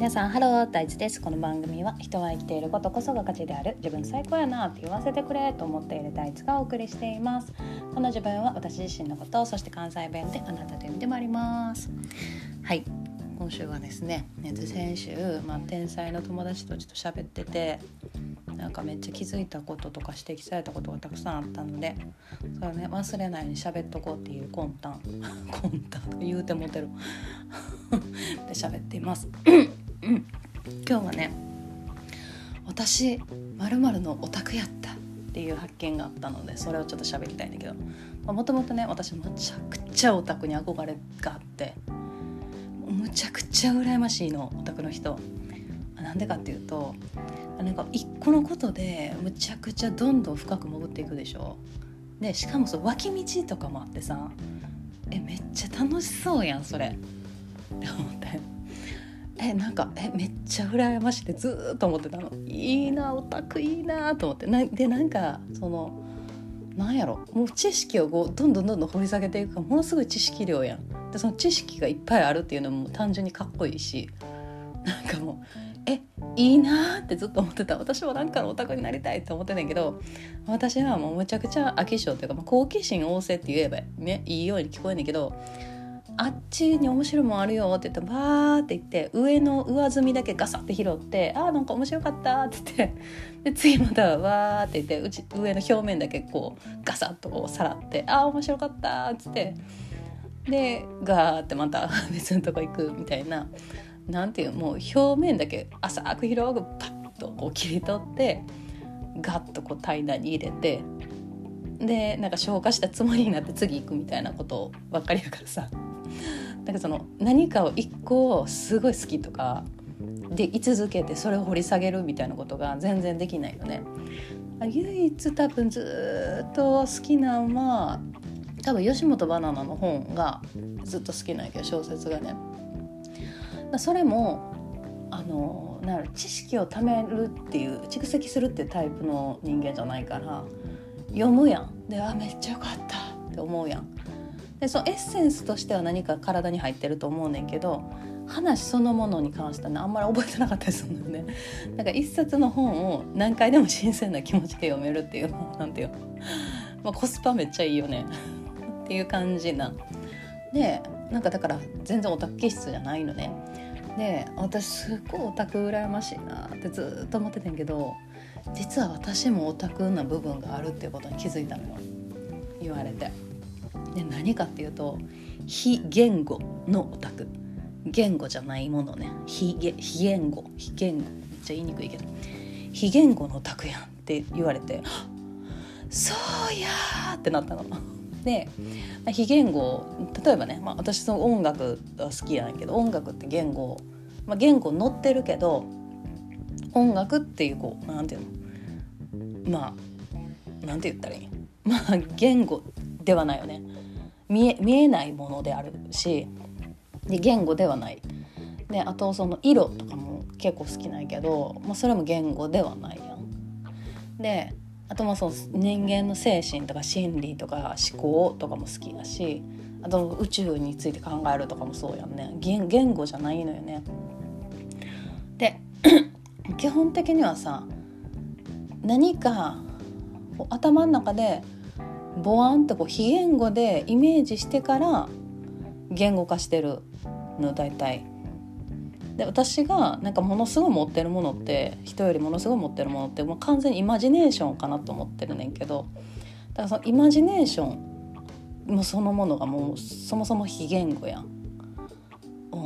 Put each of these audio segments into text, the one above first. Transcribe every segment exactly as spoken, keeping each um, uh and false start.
皆さんハロー、大地です。この番組は人は生きていることこそが価値である、自分最高やなって言わせてくれと思っている大地がお送りしています。この自分は私自身のこと、そして関西弁であなたという意味でもあります。はい、今週はですね、先週、まあ、天才の友達とちょっと喋ってて、なんかめっちゃ気づいたこととか指摘されたことがたくさんあったので、それをね忘れないように喋っとこうっていう魂胆魂胆と言うてもてるで喋っています今日はね、私〇〇のオタクやったっていう発見があったので、それをちょっと喋りたいんだけど、もともとね私めちゃくちゃオタクに憧れがあって、むちゃくちゃ羨ましいの、オタクの人。なんでかっていうと、なんか一個のことでむちゃくちゃどんどん深く潜っていくでしょ。でしかもその脇道とかもあってさ、えめっちゃ楽しそうやんそれって思って、えなんかえめっちゃ羨ましいってずーっと思ってたの。いいな、オタクいいなと思ってな。でなんかそのなんやろ、もう知識をこうどんどんどんどん掘り下げていくから、ものすごい知識量やん。でその知識がいっぱいあるっていうのも単純にかっこいいし、なんかもうえいいなってずっと思ってた。私もなんかのオタクになりたいって思ってたんやけど、私はもうむちゃくちゃ飽き性っていうか、まあ、好奇心旺盛って言えばねいいように聞こえんねんけど、あっちに面白いもんあるよって言ってバーって言って上の上積みだけガサって拾って、あーなんか面白かったって言って、で次またわーって言ってうち上の表面だけこうガサッとこうさらって、あー面白かったって言って、でガーってまた別のとこ行くみたいな、なんていう、もう表面だけ浅く広くパッとこう切り取ってガッとこう体内に入れて、でなんか消化したつもりになって次行くみたいなことばっかりだからさ、なんかその何かを一個すごい好きとかで居続けてそれを掘り下げるみたいなことが全然できないよね。唯一多分ずっと好きなのは多分吉本バナナの本がずっと好きなんやけど、小説がね。それもあのなんやろ、知識を貯めるっていう蓄積するっていうタイプの人間じゃないから読むやん。であめっちゃよかったって思うやん。でそのエッセンスとしては何か体に入ってると思うねんけど、話そのものに関しては、ね、あんまり覚えてなかったりするのよね。だから一冊の本を何回でも新鮮な気持ちで読めるっていう、なんていう、まあ、コスパめっちゃいいよねっていう感じなで、なんかだから全然オタク気質じゃないのね。で私すっごいオタク羨ましいなってずっと思ってたんやけど、実は私もオタクな部分があるっていうことに気づいたのよ、言われて。で何かっていうと、非言語のオタク、言語じゃないものね、非言語非言語めっちゃ言いにくいけど、非言語のオタクやんって言われて、そうやーってなったので、非言語、例えばね、まあ、私その音楽が好きやねんけど、音楽って言語、まあ、言語載ってるけど、音楽っていうこうなんていうの、まあなんて言ったらいい、まあ言語ではないよね。見え、見えないものであるし、で言語ではない。であとその色とかも結構好きなんやけど、まあ、それも言語ではないやん。であとまあその人間の精神とか心理とか思考とかも好きだし、あと宇宙について考えるとかもそうやんね。 言, 言語じゃないのよね。で基本的にはさ、何か頭の中でボワンってこう非言語でイメージしてから言語化してるの大体で。私がなんかものすごい持ってるものって、人よりものすごい持ってるものって、もう完全にイマジネーションかなと思ってるねんけど、だからそのイマジネーションもそのものがもうそもそも非言語やん、うん、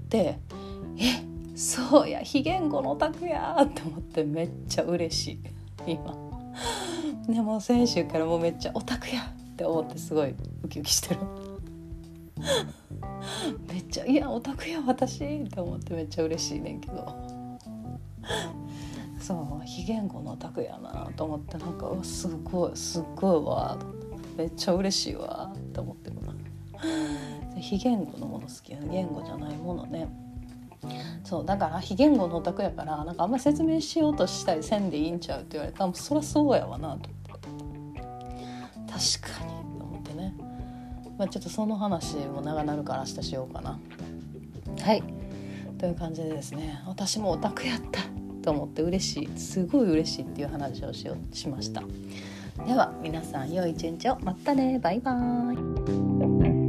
でえそうや非言語のオタクやって思ってめっちゃ嬉しい今でも先週からもうめっちゃオタクやって思ってすごいウキウキしてるめっちゃいやオタクや私って思ってめっちゃ嬉しいねんけどそう非言語のオタクやなと思って、なんかすごいすっごいわめっちゃ嬉しいわって思ってるな。非言語のもの好きな、言語じゃないものね。そうだから非言語のオタクやから、なんかあんまり説明しようとしたりせんでいいんちゃうって言われたら、そりゃそうやわなと思って、確かにと思ってね。まあ、ちょっとその話も長なるから明日しようかな。はい、 という感じでですね、私もオタクやったと思って嬉しい、すごい嬉しいっていう話をしようしました。では皆さん良い一日を。またね、バイバーイ。